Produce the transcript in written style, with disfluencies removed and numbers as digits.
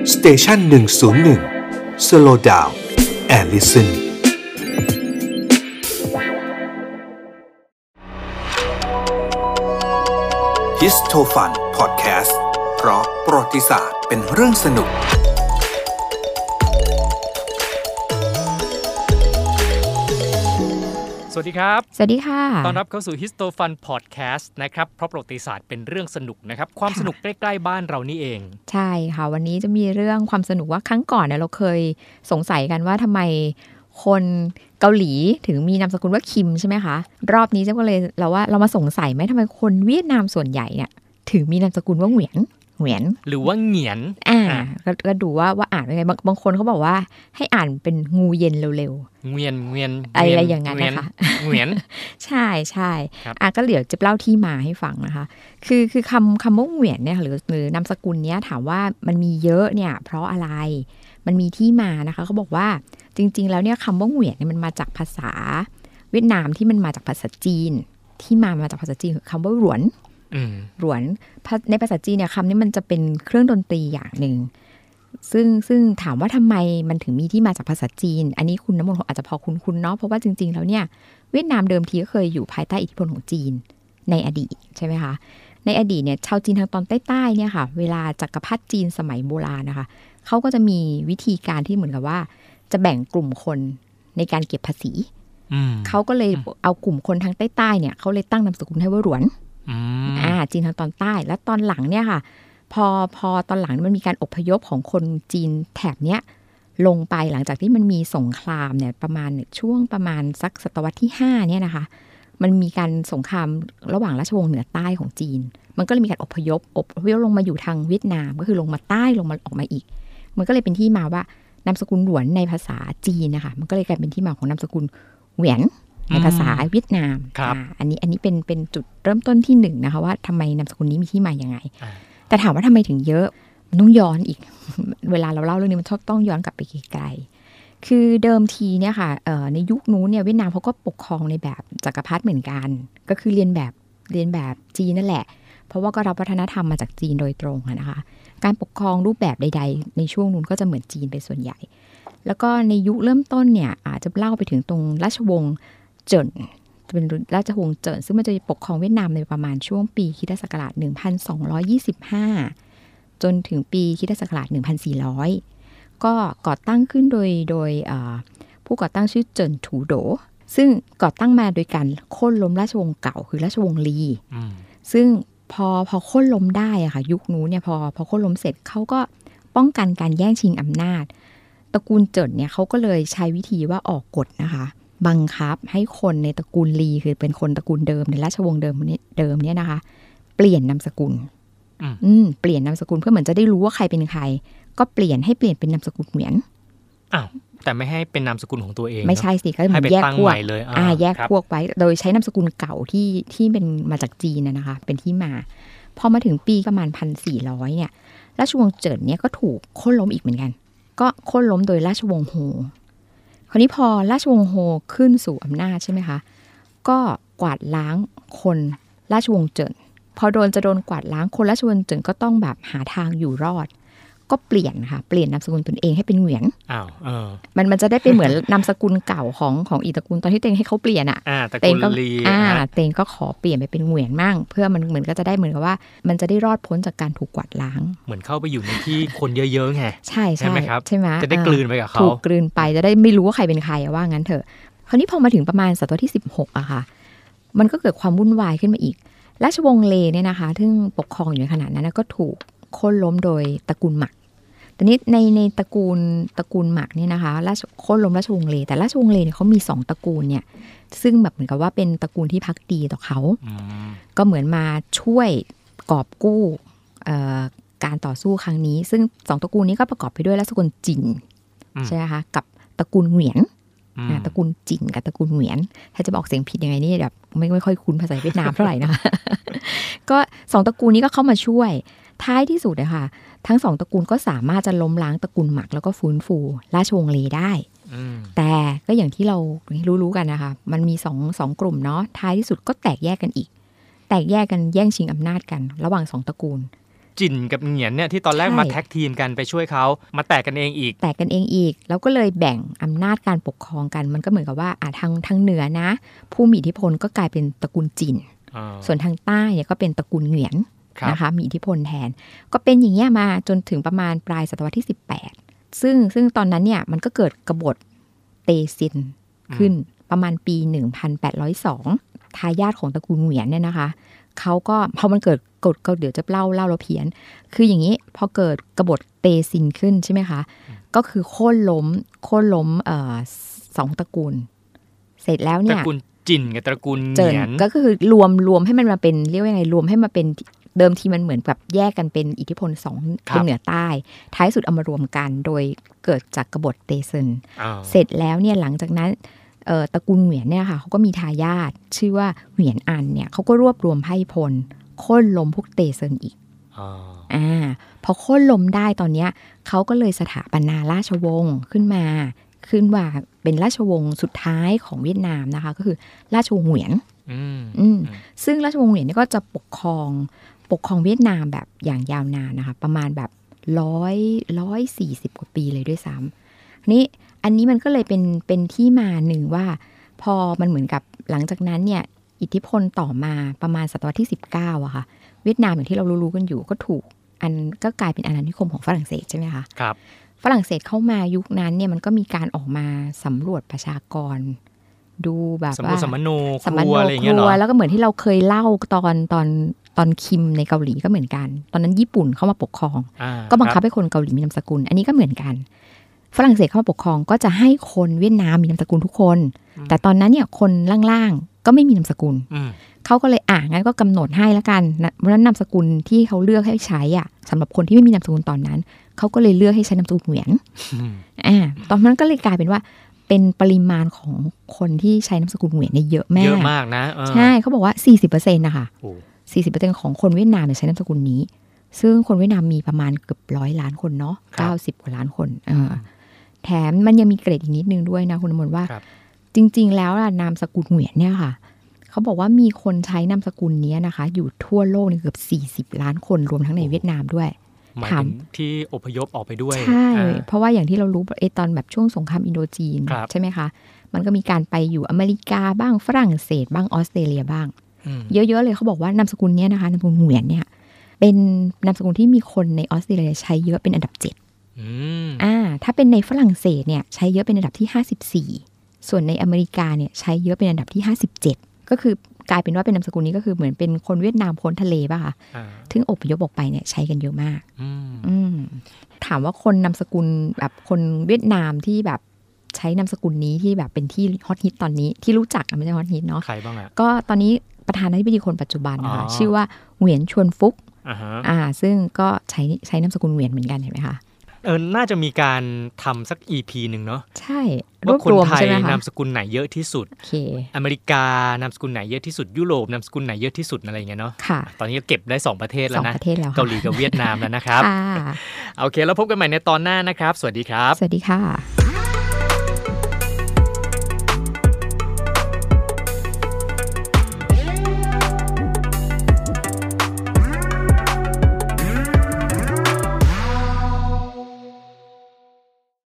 สเตชัน101 Slow Down and Listen Histofun Podcast เพราะประวัติศาสตร์เป็นเรื่องสนุกสวัสดีครับสวัสดีค่ะต้อนรับเข้าสู่ Histofun Podcast นะครับเพราะประวัติศาสตร์เป็นเรื่องสนุกนะครับความสนุกใกล้ๆบ้านเรานี่เองใช่ค่ะวันนี้จะมีเรื่องความสนุกว่าครั้งก่อนเนี่ยเราเคยสงสัยกันว่าทำไมคนเกาหลีถึงมีนามสกุลว่าคิมใช่ไหมคะรอบนี้เจ้าก็เลยเรามาสงสัยไหมทำไมคนเวียดนามส่วนใหญ่เนี่ยถึงมีนามสกุลว่าเหวียนหรือว่าเหงียนก็ดูว่าอ่านยังไงบางคนเขาบอกว่าให้อ่านเป็นงูเย็นเร็วๆเวียนอะไรอย่างนั้นนะคะเหวียนใช่ก็เดี๋ยวจะเล่าที่มาให้ฟังนะคะคือคำว่าเหวียนเนี่ยหรือนามสกุลเนี้ยถามว่ามันมีเยอะเนี่ยเพราะอะไรมันมีที่มานะคะเขาบอกว่าจริงๆแล้วเนี่ยคำว่าเหวียนเนี่ยมันมาจากภาษาเวียดนามที่มันมาจากภาษาจีนที่มาจากภาษาจีนคือคำว่าหลวนในภาษาจีนเนี่ยคำนี้มันจะเป็นเครื่องดนตรีอย่างหนึ่งซึ่งถามว่าทำไมมันถึงมีที่มาจากภาษาจีนอันนี้คุณน้ำมนต์อาจจะพอคุ้นๆเนาะเพราะว่าจริงๆแล้วเนี่ยเวียดนามเดิมทีก็เคยอยู่ภายใต้อิทธิพลของจีนในอดีตใช่ไหมคะในอดีตเนี่ยชาวจีนทางตอนใต้ๆเนี่ยค่ะเวลาจักรพรรดิจีนสมัยโบราณนะคะเขาก็จะมีวิธีการที่เหมือนกับว่าจะแบ่งกลุ่มคนในการเก็บภาษีเขาก็เลยเอากลุ่มคนทางใต้ๆเนี่ยเขาเลยตั้งนามสกุลให้ว่าหลวนจีนทางตอนใต้แล้วตอนหลังเนี่ยค่ะพอตอนหลังมันมีการอพยพของคนจีนแถบเนี้ยลงไปหลังจากที่มันมีสงครามเนี่ยประมาณช่วงประมาณสักศตวรรษที่5เนี่ยนะคะมันมีการสงครามระหว่างราชวงศ์เหนือใต้ของจีนมันก็เลยมีการอพยพลงมาอยู่ทางเวียดนามก็คือลงมาใต้ลงมาออกมาอีกมันก็เลยเป็นที่มาว่านามสกุลหลวนในภาษาจีนนะคะมันก็เลยกลายเป็นที่มาของนามสกุลเหวียนในภาษาเวียดนามอันนี้เป็นจุดเริ่มต้นที่1นะคะว่าทำไมนามสกุลนี้มีที่มาอย่างไงแต่ถามว่าทำไมถึงเยอะมันต้องย้อนอีก เวลาเราเล่าเรื่องนี้มันต้องย้อนกลับไปไกลๆคือเดิมทีเนี่ยค่ะในยุคนู้นเนี่ยเวียดนามเขาก็ปกครองในแบบจักรพรรดิเหมือนกันก็คือเรียนแบบจีนนั่นแหละเพราะว่าก็รับวัฒนธรรมมาจากจีนโดยตรงนะคะการปกครองรูปแบบใดๆในช่วงนู้นก็จะเหมือนจีนเป็นส่วนใหญ่แล้วก็ในยุคเริ่มต้นเนี่ยอาจจะเล่าไปถึงตรงราชวงศ์เจิ้นเป็นราชวงศ์เจิ้นซึ่งมันจะปกครองเวียดนามในประมาณช่วงปีค.ศ. 1225จนถึงปีค.ศ. 1400ก็ก่อตั้งขึ้นโดยผู้ก่อตั้งชื่อเจิ้นถูโดซึ่งก่อตั้งมาโดยการโค่นล้มราชวงศ์เก่าคือราชวงศ์ลีซึ่งพอโค่นล้มได้อะค่ะยุคนู้นเนี่ยพอโค่นล้มเสร็จเขาก็ป้องกันการแย่งชิงอำนาจตระกูลเจิ้นเนี่ยเขาก็เลยใช้วิธีว่าออกกฎนะคะบังคับให้คนในตระกูลลีคือเป็นคนตระกูลเดิมในราชวงศ์เดิมเนี่ยนะคะเปลี่ยนนามสกุลเปลี่ยนนามสกุลเพื่อเหมือนจะได้รู้ว่าใครเป็นใครก็เปลี่ยนเป็นนามสกุลเหมือนแต่ไม่ให้เป็นนามสกุลของตัวเองไม่ใช่สิก็เหมือนแยกพวกแยกพวกไว้โดยใช้นามสกุลเก่าที่เป็นมาจากจีนนะคะเป็นที่มาพอมาถึงปีประมาณ1400เนี่ยราชวงศ์เจิ้นเนี่ยก็ถูกโค่นล้มอีกเหมือนกันก็โค่นล้มโดยราชวงศ์โฮคราวนี้พอราชวงศ์โฮขึ้นสู่อำนาจใช่ไหมคะก็กวาดล้างคนราชวงศ์เจิ้นพอโดนกวาดล้างคนราชวงศ์เจิ้นก็ต้องแบบหาทางอยู่รอดก็เปลี่ยนนามสกุลตนเองให้เป็นเหวียนมันจะได้เป็นเหมือนนามสกุลเก่าของอีตระกูลตอนที่เตงให้เขาเปลี่ยนเตงก็เตงก็ขอเปลี่ยนไปเป็นเหวียนมั่งเพื่อมันเหมือนก็จะได้เหมือนกับว่ามันจะได้รอดพ้นจากการถูกกวาดล้างเหมือนเข้าไปอยู่ในที่คนเยอะๆไงใช่ไหมครับใช่ไหมจะได้กลืนไปกับเขาถูกกลืนไปจะได้ไม่รู้ว่าใครเป็นใครว่างั้นเถอะคราวนี้พอมาถึงประมาณศตวรรษที่16อะค่ะมันก็เกิดความวุ่นวายขึ้นมาอีกราชวงศ์เลเนี่ยนะคะซึ่งปกครองอยู่ในขณะนั้นก็ถูกโค่นล้มโดยตระกูลหมักแต่นี้ในตระกูลหมักเนี่ยนะคะโค่นล้มราชวงศ์เลแต่ราชวงศ์เลเนี่ยเขามี2ตระกูลเนี่ยซึ่งแบบเหมือนกับว่าเป็นตระกูลที่ภักดีต่อเขาก็เหมือนมาช่วยกอบกู้การต่อสู้ครั้งนี้ซึ่ง2ตระกูลนี้ก็ประกอบไปด้วยราชวงศ์จินใช่ไหมคะกับตระกูลเหวียนตระกูลจินกับตระกูลเหวียนถ้าจะบอกเสียงผิดยังไงนี่แบบไม่ค่อยคุ้นภาษาเวียดนามเท่าไหร่นะคะก็2ตระกูลนี้ก็เข้ามาช่วยท้ายที่สุดนะคะทั้ง2ตระกูลก็สามารถจะล้มล้างตระกูลหมักแล้วก็ฟื้นฟูราชวงศ์เลได้แต่ก็อย่างที่เรารู้กันนะคะมันมีสองกลุ่มเนาะท้ายที่สุดก็แตกแยกกันอีกแตกแยกกันแย่งชิงอำนาจกันระหว่าง2ตระกูลจินกับเหงียนเนี่ยที่ตอนแรกมาแท็กทีมกันไปช่วยเขามาแตกกันเองอีกแล้วก็เลยแบ่งอำนาจการปกครองกันมันก็เหมือนกับว่าทางเหนือนะผู้มีอิทธิพลก็กลายเป็นตระกูลจินส่วนทางใต้เนี่ยก็เป็นตระกูลเหงียนนะคะมีอิทธิพลแทนก็เป็นอย่างเงี้ยมาจนถึงประมาณปลายศตวรรษที่18ซึ่งตอนนั้นเนี่ยมันก็เกิดกบฏเตซินขึ้นประมาณปี1802ทายาทของตระกูลเหงียนเนี่ยนะคะเขาก็พอมันเกิดก็เดี๋ยวจะเล่าเราเพี้ยนคืออย่างนี้พอเกิดกบฏเตซินขึ้นใช่ไหมคะก็คือโค่นล้ม2ตระกูลเสร็จแล้วเนี่ยตระกูลจินกับตระกูลเหงียนก็คือรวมให้มันมาเป็นเรียกว่ายังไงรวมให้มาเป็นเดิมทีมันเหมือนกับแยกกันเป็นอิทธิพล2เป็นเหนือใต้ท้ายสุดเอามารวมกันโดยเกิดจากกบฏเตซินเสร็จแล้วเนี่ยหลังจากนั้นตระกูลเหวียนเนี่ยค่ะเขาก็มีทายาทชื่อว่าเหวียนอันเนี่ยเขาก็รวบรวมไพร่พลโค่นล้มพวกเตซินอีกพอโค่นล้มได้ตอนเนี้ยเขาก็เลยสถาปนาราชวงศ์ขึ้นว่าเป็นราชวงศ์สุดท้ายของเวียดนามนะคะก็คือราชวงศ์เหวียนซึ่งราชวงศ์เหวียนนี่ก็จะปกครองเวียดนามแบบอย่างยาวนานนะคะประมาณแบบ140กว่าปีเลยด้วยซ้ำนี่อันนี้มันก็เลยเป็นที่มาหนึ่งว่าพอมันเหมือนกับหลังจากนั้นเนี่ยอิทธิพลต่อมาประมาณศตวรรษที่19อะค่ะเวียดนามอย่างที่เรารู้กันอยู่ก็ถูกก็กลายเป็นอาณานิคมของฝรั่งเศสใช่ไหมคะครับฝรั่งเศสเข้ามายุคนั้นเนี่ยมันก็มีการออกมาสำรวจประชากรดูแบบว่าสัมมโนครัวอะไรอย่างเงี้ยเนาะแล้วก็เหมือนที่เราเคยเล่าตอนคิมในเกาหลีก็เหมือนกันตอนนั้นญี่ปุ่นเข้ามาปกครองก็บังคับให้คนเกาหลีมีนามสกุลอันนี้ก็เหมือนกันฝรั่งเศสเข้ามาปกครองก็จะให้คนเวียดนามมีนามสกุลทุกคนแต่ตอนนั้นเนี่ยคนล่างๆก็ไม่มีนามสกุลเขาก็เลยงั้นก็กำหนดให้แล้วกันเพราะนั้นนามสกุลที่เขาเลือกให้ใช้อ่ะสำหรับคนที่ไม่มีนามสกุลตอนนั้นเขาก็เลยเลือกให้ใช้นามสกุลเหวียนตอนนั้นก็เลยกลายเป็นว่าเป็นปริมาณของคนที่ใช้นามสกุลเหวียนเนี่ยเยอะมากนะใช่เขาบอกว่า 40% นะคะ40% ของคนเวียดนามใช้นามสกุลนี้ซึ่งคนเวียดนามมีประมาณเกือบ100 ล้านคนเนาะ90 กว่าล้านคนแถมมันยังมีเกรดอีกนิดนึงด้วยนะคุณมนว่าจริงๆแล้วนามสกุลเหวียนเนี่ยค่ะเขาบอกว่ามีคนใช้นามสกุลนี้นะคะอยู่ทั่วโลกเกือบ40 ล้านคนรวมทั้งในเวียดนามด้วยถามที่อพยพออกไปด้วยใช่เพราะว่าอย่างที่เรารู้ตอนแบบช่วงสงครามอินโดจีนใช่ไหมคะมันก็มีการไปอยู่อเมริกาบ้างฝรั่งเศสบ้างออสเตรเลียบ้างเยอะๆเลยเขาบอกว่านามสกุลนี้นะคะนามสกุลเหวียนเนี่ยเป็นนามสกุลที่มีคนในออสเตรเลียใช้เยอะเป็นอันดับ7ถ้าเป็นในฝรั่งเศสเนี่ยใช้เยอะเป็นอันดับที่54ส่วนในอเมริกาเนี่ยใช้เยอะเป็นอันดับที่57ก็คือกลายเป็นว่าเป็นนามสกุลนี้ก็คือเหมือนเป็นคนเวียดนามพ้นทะเลป่ะคะถึงอพยพออกไปเนี่ยใช้กันเยอะมากถามว่าคนนามสกุลแบบคนเวียดนามที่แบบใช้นามสกุลนี้ที่แบบเป็นที่ฮอตฮิตตอนนี้ที่รู้จักไม่ใช่ฮอตฮิตเนาะใครบ้างอ่ะก็ตอนนี้ประธานาธิบดีคนปัจจุบันนะคะชื่อว่าเหวียนชวนฟุกซึ่งก็ใช้นามสกุลเหวียนเหมือนกันเห็นไหมคะน่าจะมีการทำสัก EP หนึ่งเนาะใช่ว่าคนไทยนามสกุลไหนเยอะที่สุดอเมริกานามสกุลไหนเยอะที่สุดยุโรปนามสกุลไหนเยอะที่สุดอะไรอย่างเงี้ยเนาะตอนนี้ก็เก็บได้2ประเทศแล้วนะเกาหลีกับเวียดนามแล้วนะครับโอเคแล้วพบกันใหม่ในตอนหน้านะครับสวัสดีครับสวัสดีค่ะ